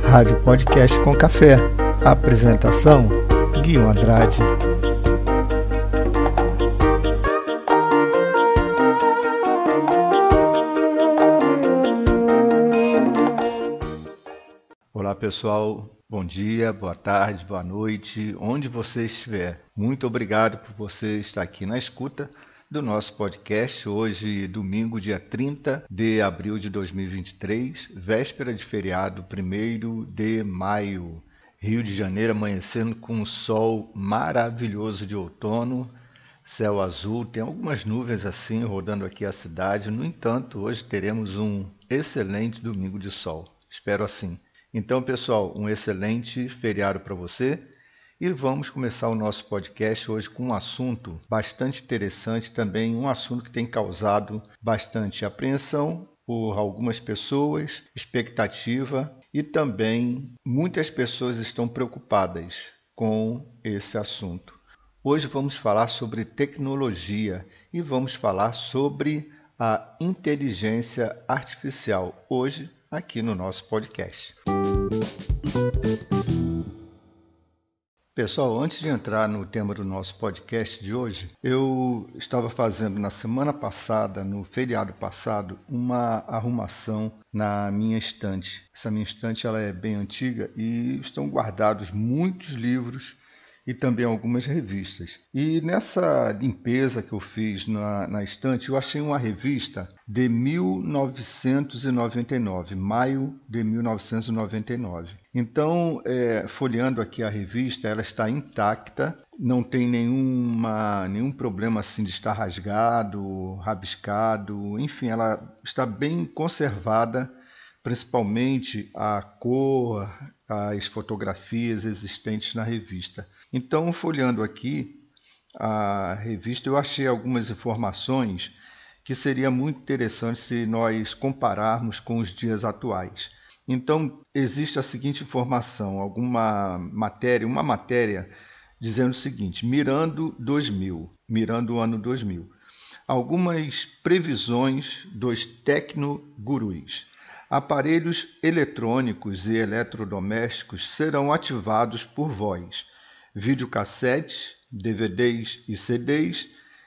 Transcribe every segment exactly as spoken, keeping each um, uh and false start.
Rádio Podcast com Café. Apresentação: Guilherme Andrade. Olá pessoal, bom dia, boa tarde, boa noite, onde você estiver. Muito obrigado por você estar aqui na escuta do nosso podcast. Hoje, domingo, dia trinta de abril de dois mil e vinte e três, véspera de feriado, primeiro de maio. Rio de Janeiro amanhecendo com um sol maravilhoso de outono, céu azul, tem algumas nuvens assim rodando aqui a cidade. No entanto, hoje teremos um excelente domingo de sol, espero assim. Então, pessoal, um excelente feriado para você. E vamos começar o nosso podcast hoje com um assunto bastante interessante também, um assunto que tem causado bastante apreensão por algumas pessoas, expectativa, e também muitas pessoas estão preocupadas com esse assunto. Hoje vamos falar sobre tecnologia e vamos falar sobre a inteligência artificial, hoje aqui no nosso podcast. Pessoal, antes de entrar no tema do nosso podcast de hoje, eu estava fazendo na semana passada, no feriado passado, uma arrumação na minha estante. Essa minha estante ela é bem antiga e estão guardados muitos livros e também algumas revistas. E nessa limpeza que eu fiz na, na estante, eu achei uma revista de mil novecentos e noventa e nove, maio de mil novecentos e noventa e nove. Então, é, folheando aqui a revista, ela está intacta, não tem nenhuma, nenhum problema assim de estar rasgado, rabiscado, enfim, ela está bem conservada, principalmente a cor, as fotografias existentes na revista. Então, folheando aqui a revista, eu achei algumas informações que seria muito interessante se nós compararmos com os dias atuais. Então, existe a seguinte informação, alguma matéria, uma matéria dizendo o seguinte: mirando dois mil, mirando o ano dois mil, algumas previsões dos tecnogurus. Aparelhos eletrônicos e eletrodomésticos serão ativados por voz. Videocassetes, D V Ds e C Ds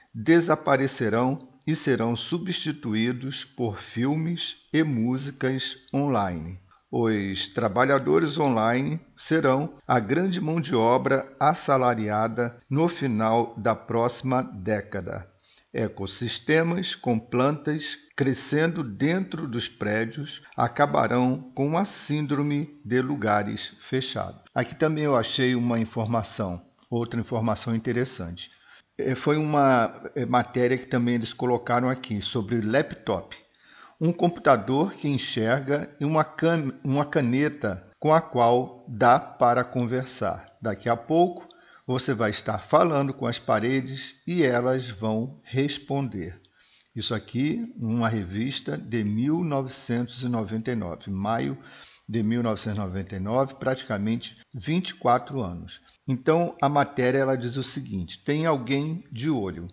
desaparecerão e serão substituídos por filmes e músicas online. Os trabalhadores online serão a grande mão de obra assalariada no final da próxima década. Ecossistemas com plantas crescendo dentro dos prédios acabarão com a síndrome de lugares fechados. Aqui também eu achei uma informação, outra informação interessante. Foi uma matéria que também eles colocaram aqui sobre laptop. Um computador que enxerga e uma, can- uma caneta com a qual dá para conversar. Daqui a pouco você vai estar falando com as paredes e elas vão responder. Isso aqui, uma revista de mil novecentos e noventa e nove, maio de mil novecentos e noventa e nove, praticamente vinte e quatro anos. Então, a matéria ela diz o seguinte: tem alguém de olho.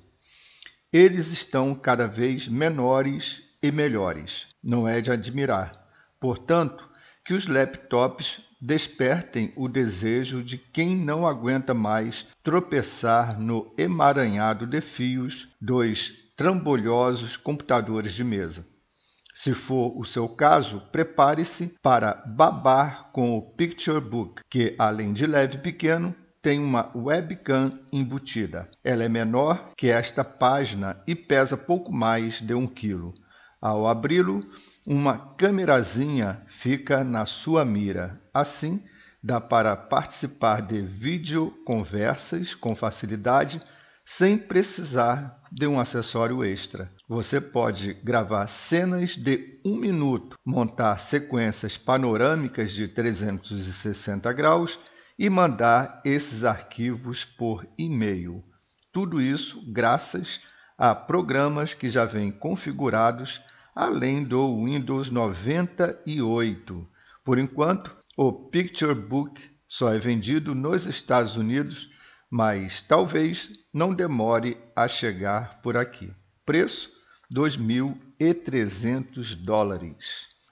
Eles estão cada vez menores e melhores. Não é de admirar. Portanto, que os laptops despertem o desejo de quem não aguenta mais tropeçar no emaranhado de fios dos trambolhosos computadores de mesa. Se for o seu caso, prepare-se para babar com o PictureBook, que, além de leve e pequeno, tem uma webcam embutida. Ela é menor que esta página e pesa pouco mais de um quilo. Ao abri-lo, uma câmerazinha fica na sua mira. Assim, dá para participar de videoconversas com facilidade, sem precisar de um acessório extra. Você pode gravar cenas de um minuto, montar sequências panorâmicas de trezentos e sessenta graus e mandar esses arquivos por e-mail. Tudo isso graças a programas que já vêm configurados, além do Windows noventa e oito. Por enquanto, o PictureBook só é vendido nos Estados Unidos, mas talvez não demore a chegar por aqui. Preço: dois mil e trezentos dólares.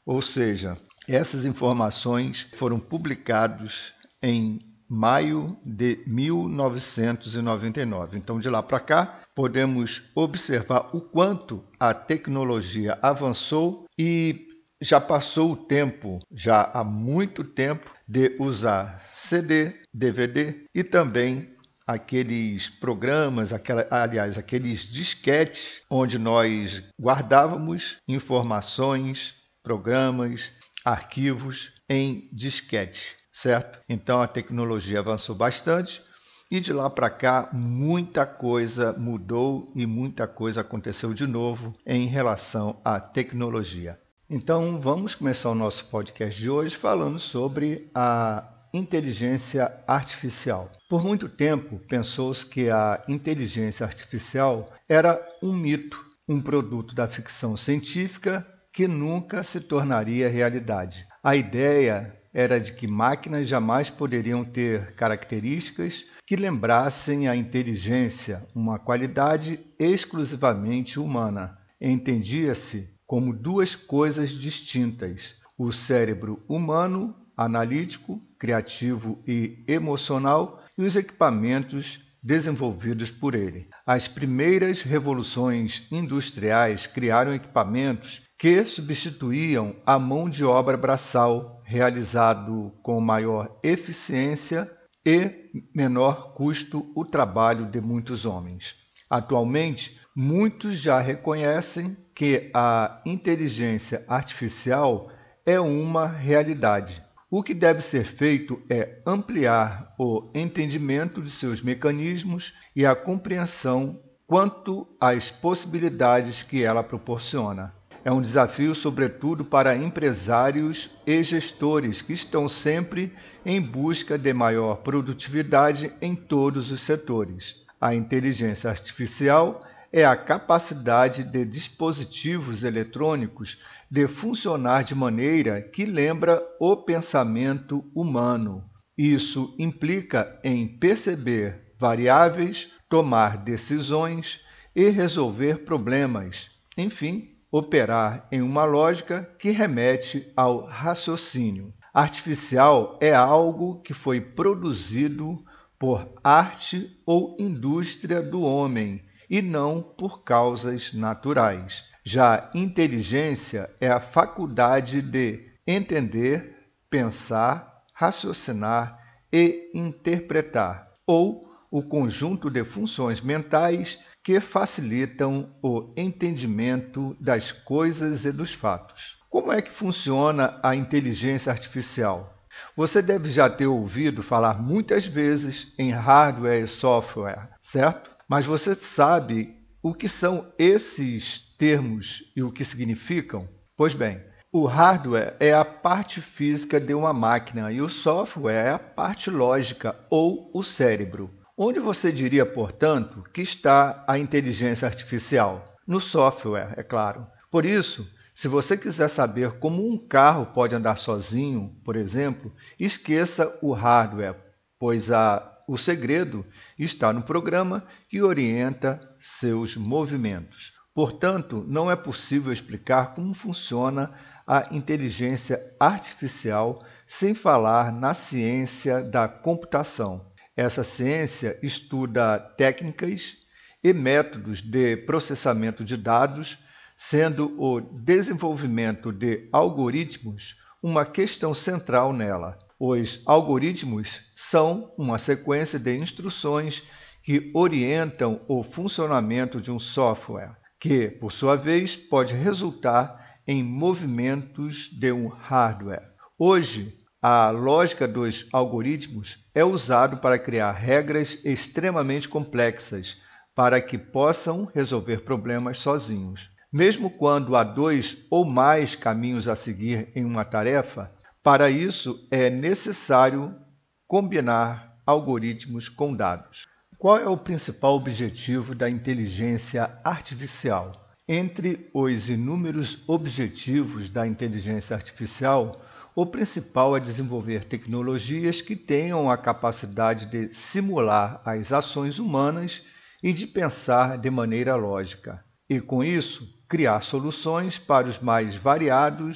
Ou seja, essas informações foram publicadas em maio de mil novecentos e noventa e nove. Então, de lá para cá, podemos observar o quanto a tecnologia avançou e já passou o tempo, já há muito tempo, de usar C D, D V D e também aqueles programas, aquela, aliás, aqueles disquetes onde nós guardávamos informações, programas, arquivos em disquete, certo? Então a tecnologia avançou bastante e de lá para cá muita coisa mudou e muita coisa aconteceu de novo em relação à tecnologia. Então vamos começar o nosso podcast de hoje falando sobre a inteligência artificial. Por muito tempo pensou-se que a inteligência artificial era um mito, um produto da ficção científica que nunca se tornaria realidade. A ideia era de que máquinas jamais poderiam ter características que lembrassem a inteligência, uma qualidade exclusivamente humana. Entendia-se como duas coisas distintas: o cérebro humano, analítico, criativo e emocional, e os equipamentos desenvolvidos por ele. As primeiras revoluções industriais criaram equipamentos que substituíam a mão de obra braçal, realizado com maior eficiência e menor custo o trabalho de muitos homens. Atualmente, muitos já reconhecem que a inteligência artificial é uma realidade. O que deve ser feito é ampliar o entendimento de seus mecanismos e a compreensão quanto às possibilidades que ela proporciona. É um desafio, sobretudo, para empresários e gestores que estão sempre em busca de maior produtividade em todos os setores. A inteligência artificial é a capacidade de dispositivos eletrônicos de funcionar de maneira que lembra o pensamento humano. Isso implica em perceber variáveis, tomar decisões e resolver problemas. Enfim, operar em uma lógica que remete ao raciocínio. Artificial é algo que foi produzido por arte ou indústria do homem e não por causas naturais. Já inteligência é a faculdade de entender, pensar, raciocinar e interpretar, ou o conjunto de funções mentais que facilitam o entendimento das coisas e dos fatos. Como é que funciona a inteligência artificial? Você deve já ter ouvido falar muitas vezes em hardware e software, certo? Mas você sabe o que são esses termos e o que significam? Pois bem, o hardware é a parte física de uma máquina e o software é a parte lógica ou o cérebro. Onde você diria, portanto, que está a inteligência artificial? No software, é claro. Por isso, se você quiser saber como um carro pode andar sozinho, por exemplo, esqueça o hardware, pois a, o segredo está no programa que orienta seus movimentos. Portanto, não é possível explicar como funciona a inteligência artificial sem falar na ciência da computação. Essa ciência estuda técnicas e métodos de processamento de dados, sendo o desenvolvimento de algoritmos uma questão central nela. Os algoritmos são uma sequência de instruções que orientam o funcionamento de um software, que, por sua vez, pode resultar em movimentos de um hardware. Hoje, a lógica dos algoritmos é usada para criar regras extremamente complexas para que possam resolver problemas sozinhos. Mesmo quando há dois ou mais caminhos a seguir em uma tarefa, para isso é necessário combinar algoritmos com dados. Qual é o principal objetivo da inteligência artificial? Entre os inúmeros objetivos da inteligência artificial, o principal é desenvolver tecnologias que tenham a capacidade de simular as ações humanas e de pensar de maneira lógica. E, com isso, criar soluções para os mais variados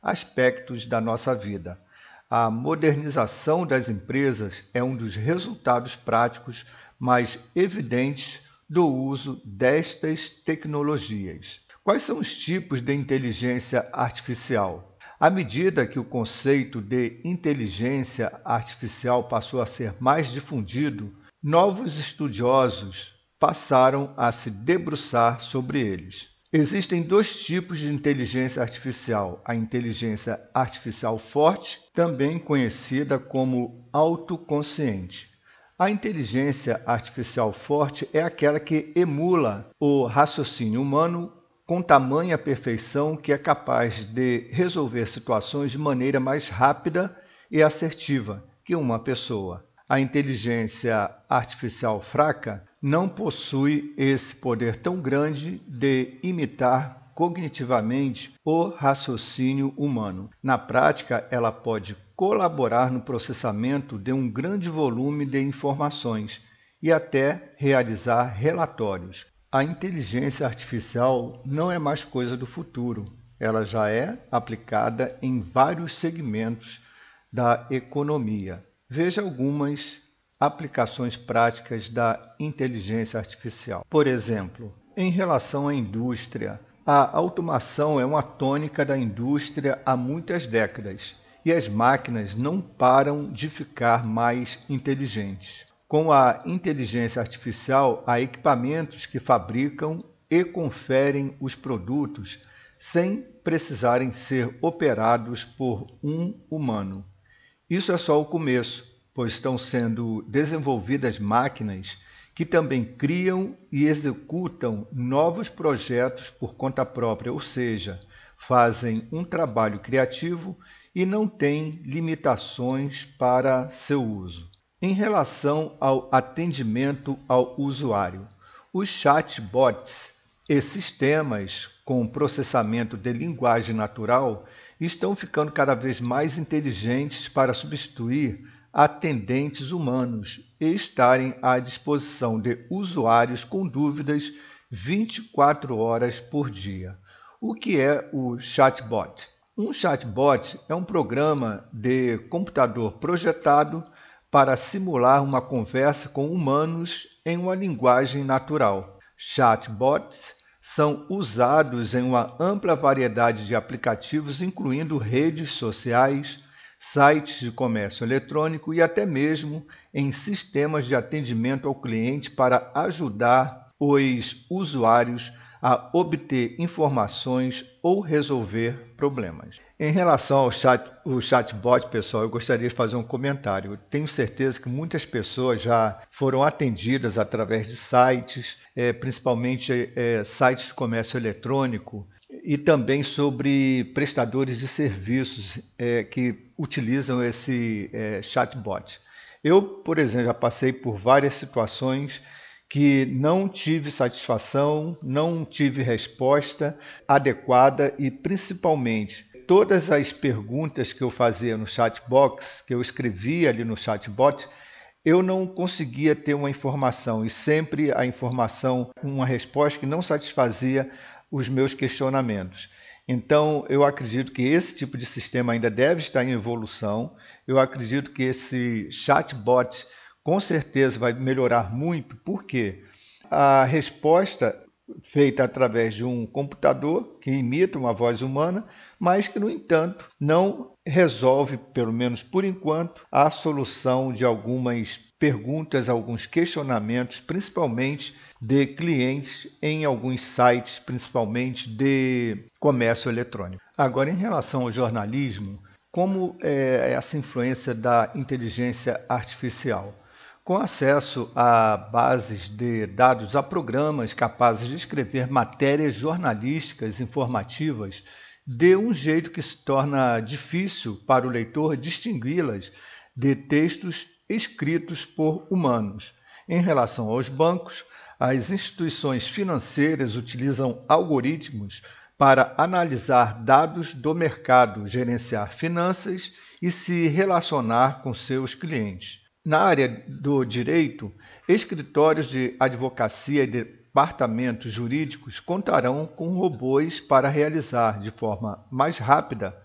aspectos da nossa vida. A modernização das empresas é um dos resultados práticos mais evidentes do uso destas tecnologias. Quais são os tipos de inteligência artificial? À medida que o conceito de inteligência artificial passou a ser mais difundido, novos estudiosos passaram a se debruçar sobre eles. Existem dois tipos de inteligência artificial: a inteligência artificial forte, também conhecida como autoconsciente. A inteligência artificial forte é aquela que emula o raciocínio humano com tamanha perfeição que é capaz de resolver situações de maneira mais rápida e assertiva que uma pessoa. A inteligência artificial fraca não possui esse poder tão grande de imitar cognitivamente o raciocínio humano. Na prática, ela pode colaborar no processamento de um grande volume de informações e até realizar relatórios. A inteligência artificial não é mais coisa do futuro. Ela já é aplicada em vários segmentos da economia. Veja algumas aplicações práticas da inteligência artificial. Por exemplo, em relação à indústria, a automação é uma tônica da indústria há muitas décadas e as máquinas não param de ficar mais inteligentes. Com a inteligência artificial, há equipamentos que fabricam e conferem os produtos sem precisarem ser operados por um humano. Isso é só o começo, pois estão sendo desenvolvidas máquinas que também criam e executam novos projetos por conta própria, ou seja, fazem um trabalho criativo e não têm limitações para seu uso. Em relação ao atendimento ao usuário, os chatbots e sistemas com processamento de linguagem natural estão ficando cada vez mais inteligentes para substituir atendentes humanos e estarem à disposição de usuários com dúvidas vinte e quatro horas por dia. O que é o chatbot? Um chatbot é um programa de computador projetado para simular uma conversa com humanos em uma linguagem natural. Chatbots são usados em uma ampla variedade de aplicativos, incluindo redes sociais, sites de comércio eletrônico e até mesmo em sistemas de atendimento ao cliente para ajudar os usuários a obter informações ou resolver problemas. Em relação ao chat, o chatbot, pessoal, eu gostaria de fazer um comentário. Eu tenho certeza que muitas pessoas já foram atendidas através de sites, é, principalmente é, sites de comércio eletrônico, e também sobre prestadores de serviços é, que utilizam esse é, chatbot. Eu, por exemplo, já passei por várias situações que não tive satisfação, não tive resposta adequada e, principalmente, todas as perguntas que eu fazia no chatbox, que eu escrevia ali no chatbot, eu não conseguia ter uma informação e sempre a informação, uma resposta que não satisfazia os meus questionamentos. Então, eu acredito que esse tipo de sistema ainda deve estar em evolução. Eu acredito que esse chatbot com certeza vai melhorar muito, porque a resposta feita através de um computador que imita uma voz humana, mas que, no entanto, não resolve, pelo menos por enquanto, a solução de algumas perguntas, alguns questionamentos, principalmente de clientes em alguns sites, principalmente de comércio eletrônico. Agora, em relação ao jornalismo, como é essa influência da inteligência artificial? Com acesso a bases de dados, a programas capazes de escrever matérias jornalísticas informativas de um jeito que se torna difícil para o leitor distingui-las de textos escritos por humanos. Em relação aos bancos, as instituições financeiras utilizam algoritmos para analisar dados do mercado, gerenciar finanças e se relacionar com seus clientes. Na área do direito, escritórios de advocacia e departamentos jurídicos contarão com robôs para realizar de forma mais rápida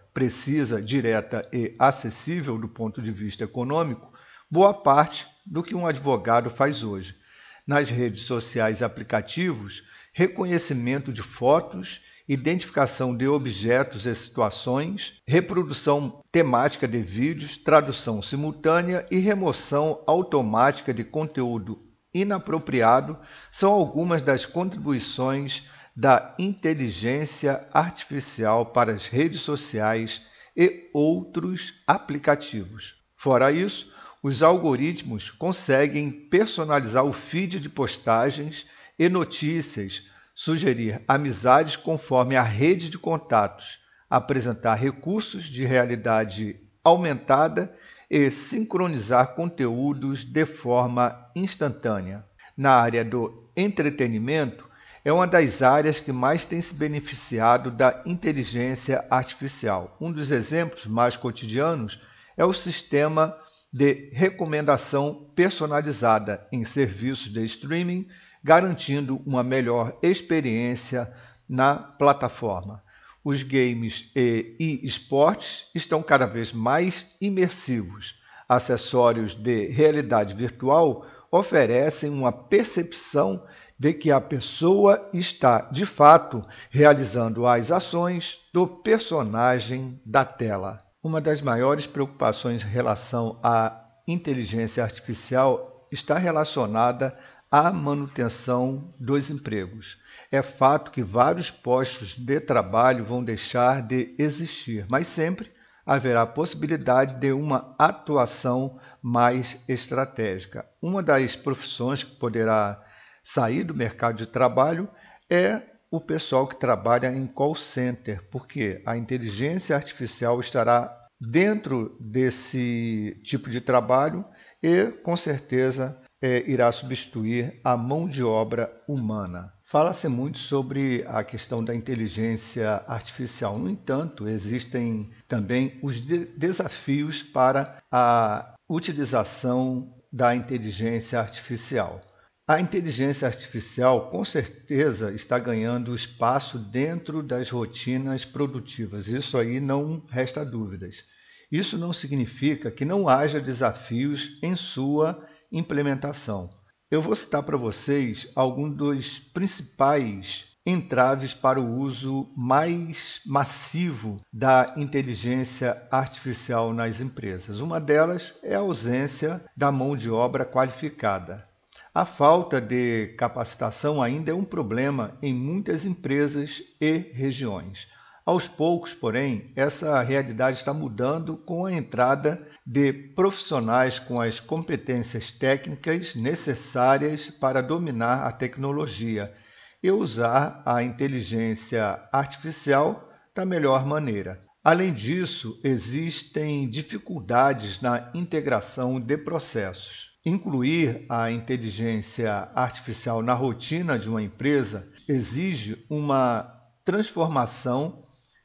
precisa, direta e acessível do ponto de vista econômico, boa parte do que um advogado faz hoje. Nas redes sociais e aplicativos, reconhecimento de fotos, identificação de objetos e situações, reprodução temática de vídeos, tradução simultânea e remoção automática de conteúdo inapropriado são algumas das contribuições da inteligência artificial para as redes sociais e outros aplicativos. Fora isso, os algoritmos conseguem personalizar o feed de postagens e notícias, sugerir amizades conforme a rede de contatos, apresentar recursos de realidade aumentada e sincronizar conteúdos de forma instantânea. Na área do entretenimento, é uma das áreas que mais tem se beneficiado da inteligência artificial. Um dos exemplos mais cotidianos é o sistema de recomendação personalizada em serviços de streaming, garantindo uma melhor experiência na plataforma. Os games e e-esportes estão cada vez mais imersivos. Acessórios de realidade virtual oferecem uma percepção de que a pessoa está, de fato, realizando as ações do personagem da tela. Uma das maiores preocupações em relação à inteligência artificial está relacionada à manutenção dos empregos. É fato que vários postos de trabalho vão deixar de existir, mas sempre haverá a possibilidade de uma atuação mais estratégica. Uma das profissões que poderá sair do mercado de trabalho é o pessoal que trabalha em call center, porque a inteligência artificial estará dentro desse tipo de trabalho e, com certeza, é, irá substituir a mão de obra humana. Fala-se muito sobre a questão da inteligência artificial. No entanto, existem também os de- desafios para a utilização da inteligência artificial. A inteligência artificial, com certeza, está ganhando espaço dentro das rotinas produtivas. Isso aí não resta dúvidas. Isso não significa que não haja desafios em sua implementação. Eu vou citar para vocês alguns dos principais entraves para o uso mais massivo da inteligência artificial nas empresas. Uma delas é a ausência da mão de obra qualificada. A falta de capacitação ainda é um problema em muitas empresas e regiões. Aos poucos, porém, essa realidade está mudando com a entrada de profissionais com as competências técnicas necessárias para dominar a tecnologia e usar a inteligência artificial da melhor maneira. Além disso, existem dificuldades na integração de processos. Incluir a inteligência artificial na rotina de uma empresa exige uma transformação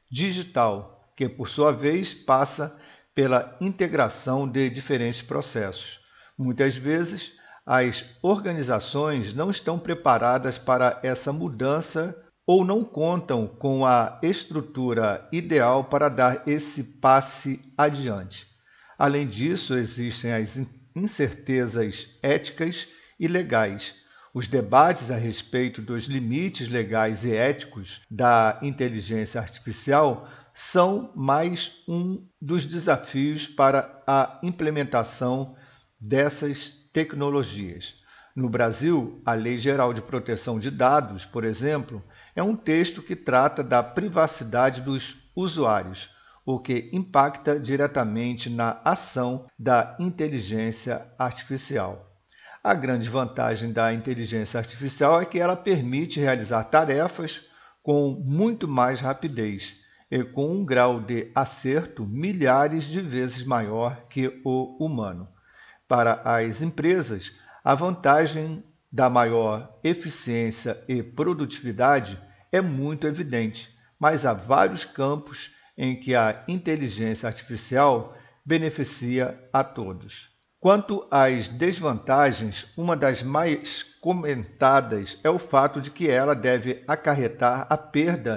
digital, que por sua vez passa pela integração de diferentes processos. Muitas vezes, as organizações não estão preparadas para essa mudança ou não contam com a estrutura ideal para dar esse passe adiante. Além disso, existem as incertezas éticas e legais. Os debates a respeito dos limites legais e éticos da inteligência artificial são mais um dos desafios para a implementação dessas tecnologias. No Brasil, a Lei Geral de Proteção de Dados, por exemplo, é um texto que trata da privacidade dos usuários, o que impacta diretamente na ação da inteligência artificial. A grande vantagem da inteligência artificial é que ela permite realizar tarefas com muito mais rapidez e com um grau de acerto milhares de vezes maior que o humano. Para as empresas, a vantagem da maior eficiência e produtividade é muito evidente, mas há vários campos em que a inteligência artificial beneficia a todos. Quanto às desvantagens, uma das mais comentadas é o fato de que ela deve acarretar a perda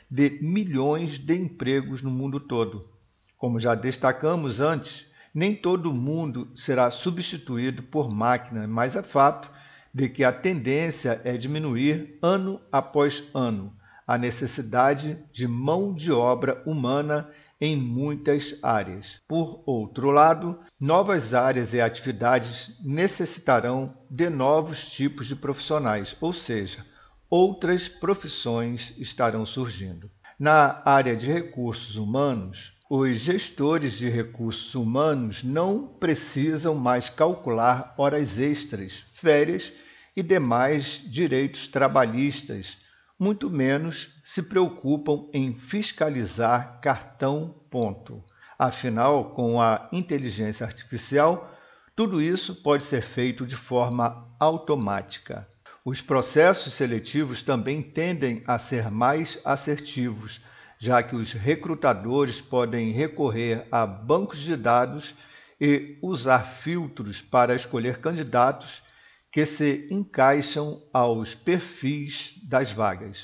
de milhões de empregos no mundo todo. Como já destacamos antes, nem todo mundo será substituído por máquina, mas é fato de que a tendência é diminuir ano após ano a necessidade de mão de obra humana em muitas áreas. Por outro lado, novas áreas e atividades necessitarão de novos tipos de profissionais, ou seja, outras profissões estarão surgindo. Na área de recursos humanos, os gestores de recursos humanos não precisam mais calcular horas extras, férias e demais direitos trabalhistas, muito menos se preocupam em fiscalizar cartão ponto. Afinal, com a inteligência artificial, tudo isso pode ser feito de forma automática. Os processos seletivos também tendem a ser mais assertivos, já que os recrutadores podem recorrer a bancos de dados e usar filtros para escolher candidatos que se encaixam aos perfis das vagas.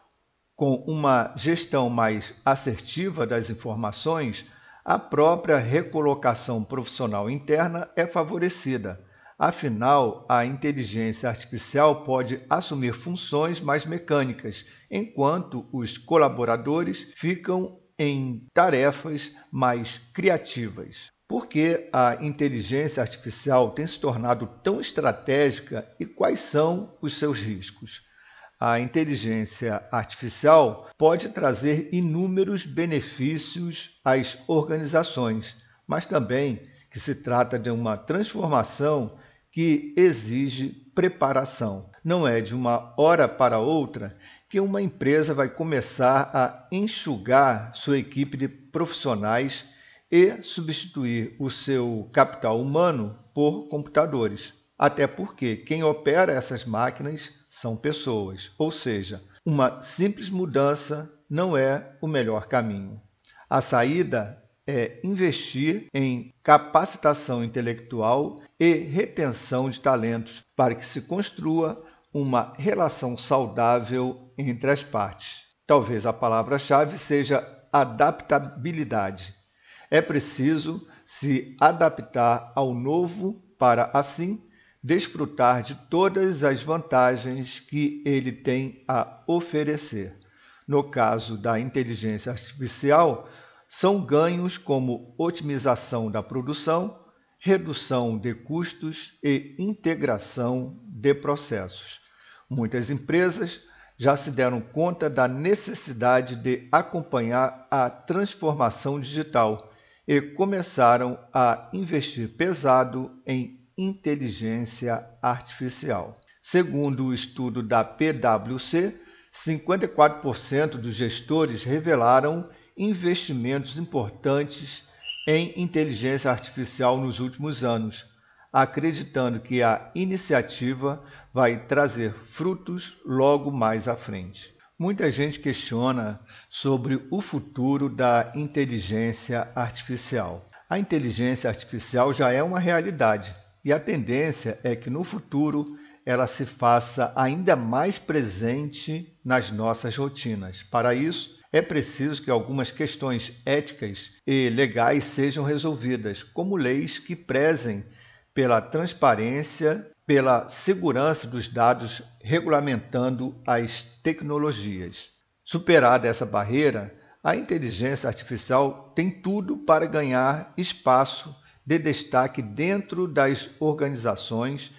Com uma gestão mais assertiva das informações, a própria recolocação profissional interna é favorecida. Afinal, a inteligência artificial pode assumir funções mais mecânicas, enquanto os colaboradores ficam em tarefas mais criativas. Por que a inteligência artificial tem se tornado tão estratégica e quais são os seus riscos? A inteligência artificial pode trazer inúmeros benefícios às organizações, mas também que se trata de uma transformação que exige preparação. Não é de uma hora para outra que uma empresa vai começar a enxugar sua equipe de profissionais e substituir o seu capital humano por computadores. Até porque quem opera essas máquinas são pessoas, ou seja, uma simples mudança não é o melhor caminho. A saída é investir em capacitação intelectual e retenção de talentos para que se construa uma relação saudável entre as partes. Talvez a palavra-chave seja adaptabilidade. É preciso se adaptar ao novo para, assim, desfrutar de todas as vantagens que ele tem a oferecer. No caso da inteligência artificial, são ganhos como otimização da produção, redução de custos e integração de processos. Muitas empresas já se deram conta da necessidade de acompanhar a transformação digital e começaram a investir pesado em inteligência artificial. Segundo o estudo da P W C, cinquenta e quatro por cento dos gestores revelaram investimentos importantes em inteligência artificial nos últimos anos, acreditando que a iniciativa vai trazer frutos logo mais à frente. Muita gente questiona sobre o futuro da inteligência artificial. A inteligência artificial já é uma realidade e a tendência é que no futuro ela se faça ainda mais presente nas nossas rotinas. Para isso, é preciso que algumas questões éticas e legais sejam resolvidas, como leis que prezem pela transparência, pela segurança dos dados, regulamentando as tecnologias. Superada essa barreira, a inteligência artificial tem tudo para ganhar espaço de destaque dentro das organizações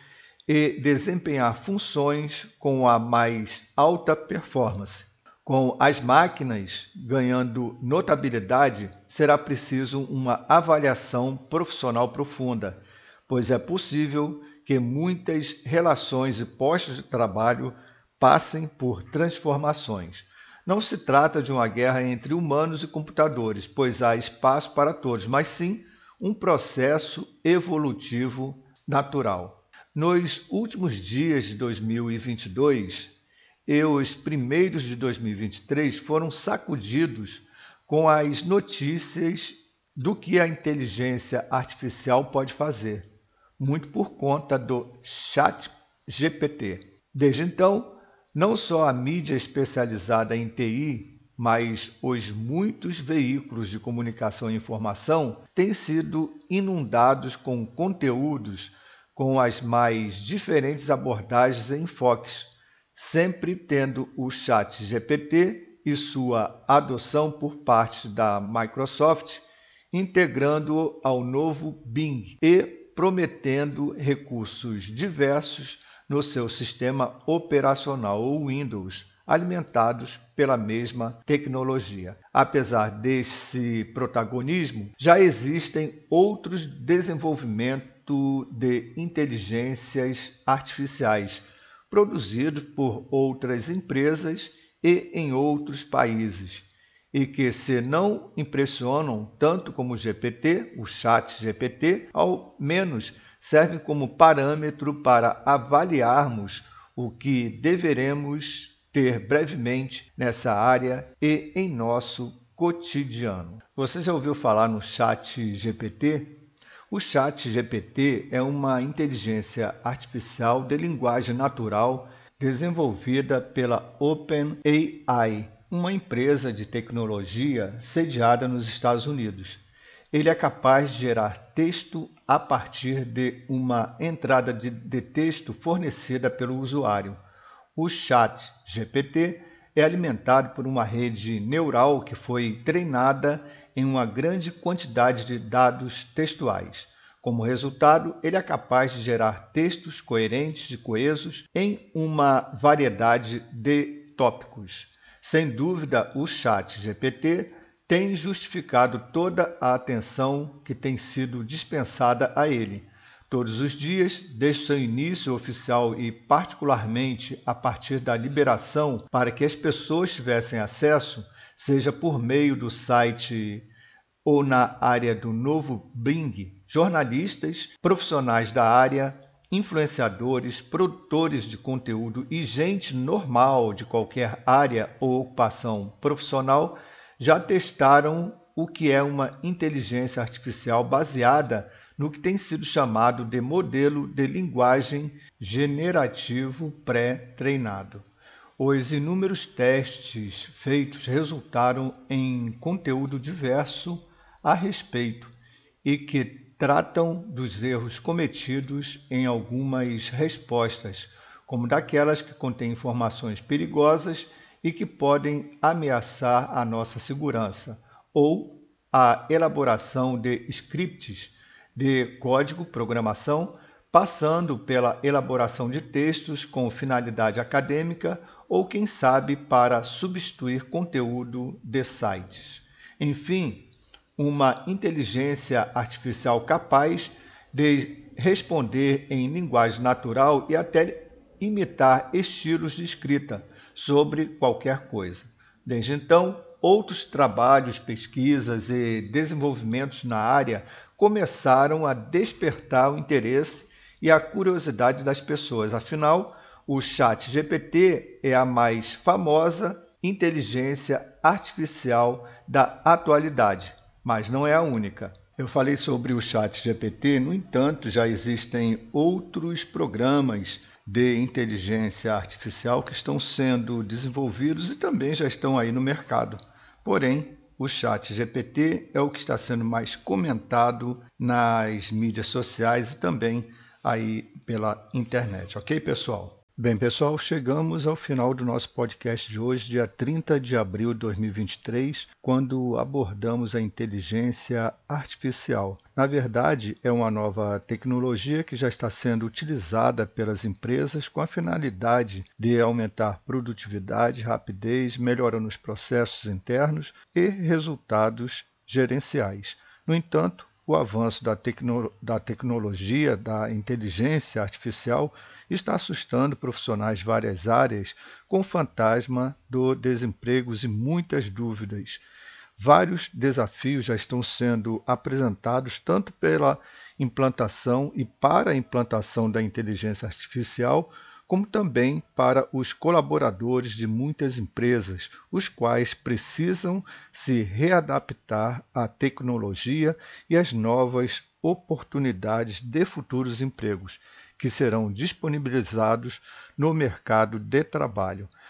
e desempenhar funções com a mais alta performance. Com as máquinas ganhando notabilidade, será preciso uma avaliação profissional profunda, pois é possível que muitas relações e postos de trabalho passem por transformações. Não se trata de uma guerra entre humanos e computadores, pois há espaço para todos, mas sim um processo evolutivo natural. Nos últimos dias de dois mil e vinte e dois e os primeiros de dois mil e vinte e três foram sacudidos com as notícias do que a inteligência artificial pode fazer, muito por conta do Chat G P T. Desde então, não só a mídia especializada em T I, mas os muitos veículos de comunicação e informação têm sido inundados com conteúdos com as mais diferentes abordagens e enfoques, sempre tendo o chat G P T e sua adoção por parte da Microsoft, integrando-o ao novo Bing e prometendo recursos diversos no seu sistema operacional ou Windows, alimentados pela mesma tecnologia. Apesar desse protagonismo, já existem outros desenvolvimentos de inteligências artificiais produzidos por outras empresas e em outros países, e que, se não impressionam tanto como o G P T, o chat G P T, ao menos servem como parâmetro para avaliarmos o que deveremos ter brevemente nessa área e em nosso cotidiano. Você já ouviu falar no chat G P T? O chat G P T é uma inteligência artificial de linguagem natural desenvolvida pela OpenAI, uma empresa de tecnologia sediada nos Estados Unidos. Ele é capaz de gerar texto a partir de uma entrada de, de texto fornecida pelo usuário. O chat G P T é alimentado por uma rede neural que foi treinada em uma grande quantidade de dados textuais. Como resultado, ele é capaz de gerar textos coerentes e coesos em uma variedade de tópicos. Sem dúvida, o chat G P T tem justificado toda a atenção que tem sido dispensada a ele. Todos os dias, desde seu início oficial e particularmente a partir da liberação para que as pessoas tivessem acesso, seja por meio do site ou na área do novo Bing, jornalistas, profissionais da área, influenciadores, produtores de conteúdo e gente normal de qualquer área ou ocupação profissional já testaram o que é uma inteligência artificial baseada no que tem sido chamado de modelo de linguagem generativo pré-treinado. Os inúmeros testes feitos resultaram em conteúdo diverso a respeito e que tratam dos erros cometidos em algumas respostas, como daquelas que contêm informações perigosas e que podem ameaçar a nossa segurança, ou a elaboração de scripts de código, programação, passando pela elaboração de textos com finalidade acadêmica ou, quem sabe, para substituir conteúdo de sites. Enfim, uma inteligência artificial capaz de responder em linguagem natural e até imitar estilos de escrita sobre qualquer coisa. Desde então, outros trabalhos, pesquisas e desenvolvimentos na área começaram a despertar o interesse e a curiosidade das pessoas. Afinal, o chat G P T é a mais famosa inteligência artificial da atualidade, mas não é a única. Eu falei sobre o chat G P T, no entanto, já existem outros programas de inteligência artificial que estão sendo desenvolvidos e também já estão aí no mercado. Porém, o chat G P T é o que está sendo mais comentado nas mídias sociais e também aí pela internet, ok, pessoal? Bem, pessoal, chegamos ao final do nosso podcast de hoje, dia trinta de abril de dois mil e vinte e três, quando abordamos a inteligência artificial. Na verdade, é uma nova tecnologia que já está sendo utilizada pelas empresas com a finalidade de aumentar produtividade, rapidez, melhorando os processos internos e resultados gerenciais. No entanto, o avanço da, tecno- da tecnologia, da inteligência artificial, está assustando profissionais de várias áreas com o fantasma do desemprego e muitas dúvidas. Vários desafios já estão sendo apresentados tanto pela implantação e para a implantação da inteligência artificial, como também para os colaboradores de muitas empresas, os quais precisam se readaptar à tecnologia e às novas oportunidades de futuros empregos, que serão disponibilizados no mercado de trabalho.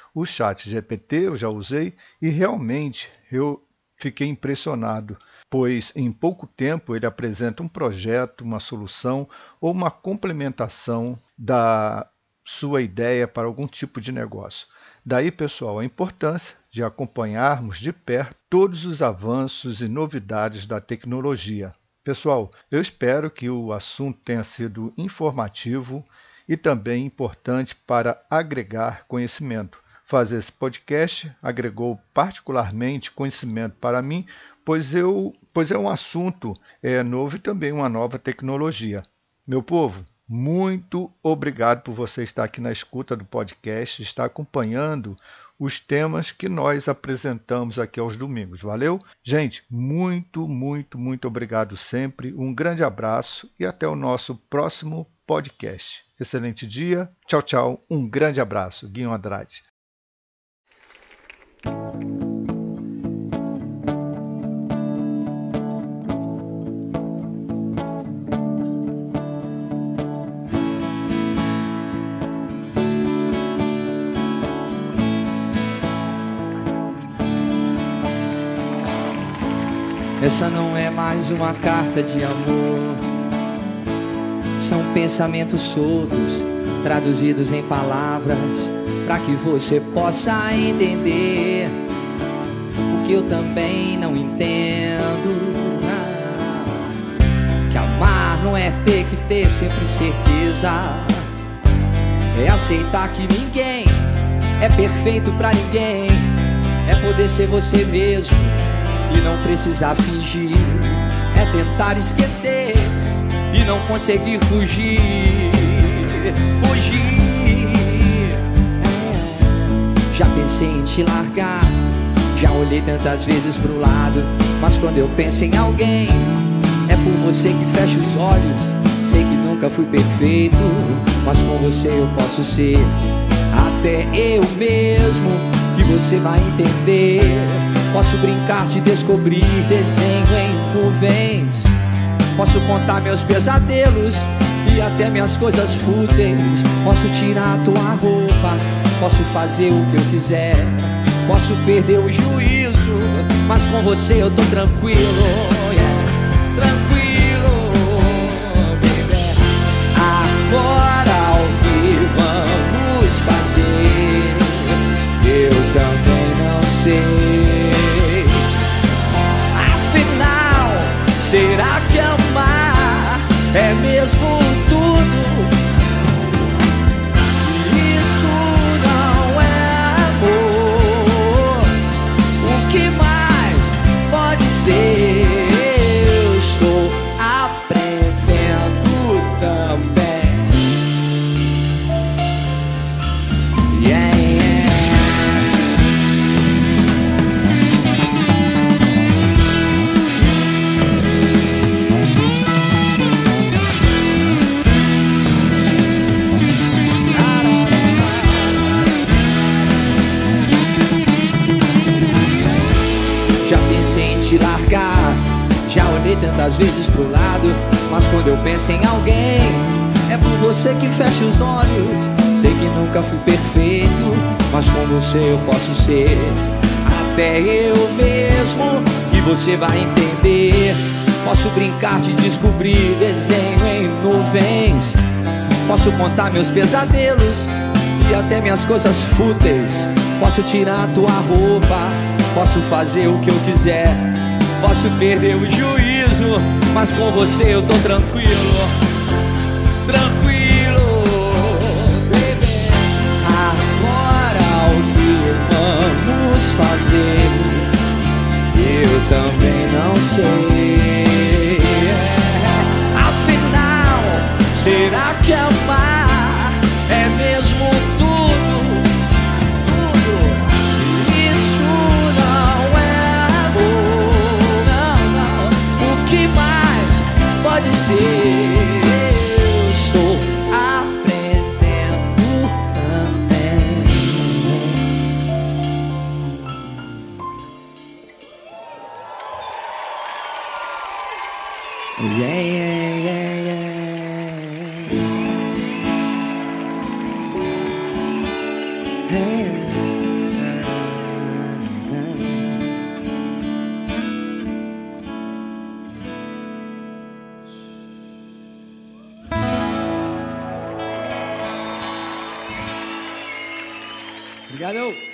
O Chat G P T eu já usei e realmente eu fiquei impressionado, pois em pouco tempo ele apresenta um projeto, uma solução ou uma complementação da sua ideia para algum tipo de negócio. Daí, pessoal, a importância de acompanharmos de perto todos os avanços e novidades da tecnologia. Pessoal, eu espero que o assunto tenha sido informativo e também importante para agregar conhecimento. Fazer esse podcast agregou particularmente conhecimento para mim, pois, eu, pois é um assunto é, novo e também uma nova tecnologia. Meu povo, muito obrigado por você estar aqui na escuta do podcast, estar acompanhando os temas que nós apresentamos aqui aos domingos. Valeu? Gente, muito, muito, muito obrigado sempre. Um grande abraço e até o nosso próximo podcast. Excelente dia. Tchau, tchau. Um grande abraço. Guinho Andrade. Essa não é mais uma carta de amor. São pensamentos soltos, traduzidos em palavras, para que você possa entender o que eu também não entendo. Não. Que amar não é ter que ter sempre certeza, é aceitar que ninguém é perfeito pra ninguém, é poder ser você mesmo e não precisar fingir, é tentar esquecer e não conseguir fugir. Fugir. É. Já pensei em te largar, já olhei tantas vezes pro lado, mas quando eu penso em alguém, é por você que fecho os olhos. Sei que nunca fui perfeito, mas com você eu posso ser até eu mesmo, que você vai entender. Posso brincar, te descobrir, desenho em nuvens. Posso contar meus pesadelos e até minhas coisas fúteis. Posso tirar a tua roupa, posso fazer o que eu quiser. Posso perder o juízo, mas com você eu tô tranquilo, yeah. Tranquilo, baby. Agora o que vamos fazer, eu também não sei. Será que amar é mesmo tudo? Se isso não é amor, o que mais pode ser? Eu estou aprendendo também. Yeah, yeah. Te largar, já olhei tantas vezes pro lado, mas quando eu penso em alguém, é por você que fecho os olhos. Sei que nunca fui perfeito, mas com você eu posso ser até eu mesmo, e você vai entender. Posso brincar, te descobrir, desenho em nuvens. Posso contar meus pesadelos e até minhas coisas fúteis. Posso tirar a tua roupa, posso fazer o que eu quiser. Posso perder o juízo, mas com você eu tô tranquilo. Tranquilo, baby. Agora o que vamos fazer, eu também não sei. Afinal, será que amar é mesmo tudo? Pode ser, eu estou aprendendo também. Yeah, yeah, yeah, yeah. Obrigado.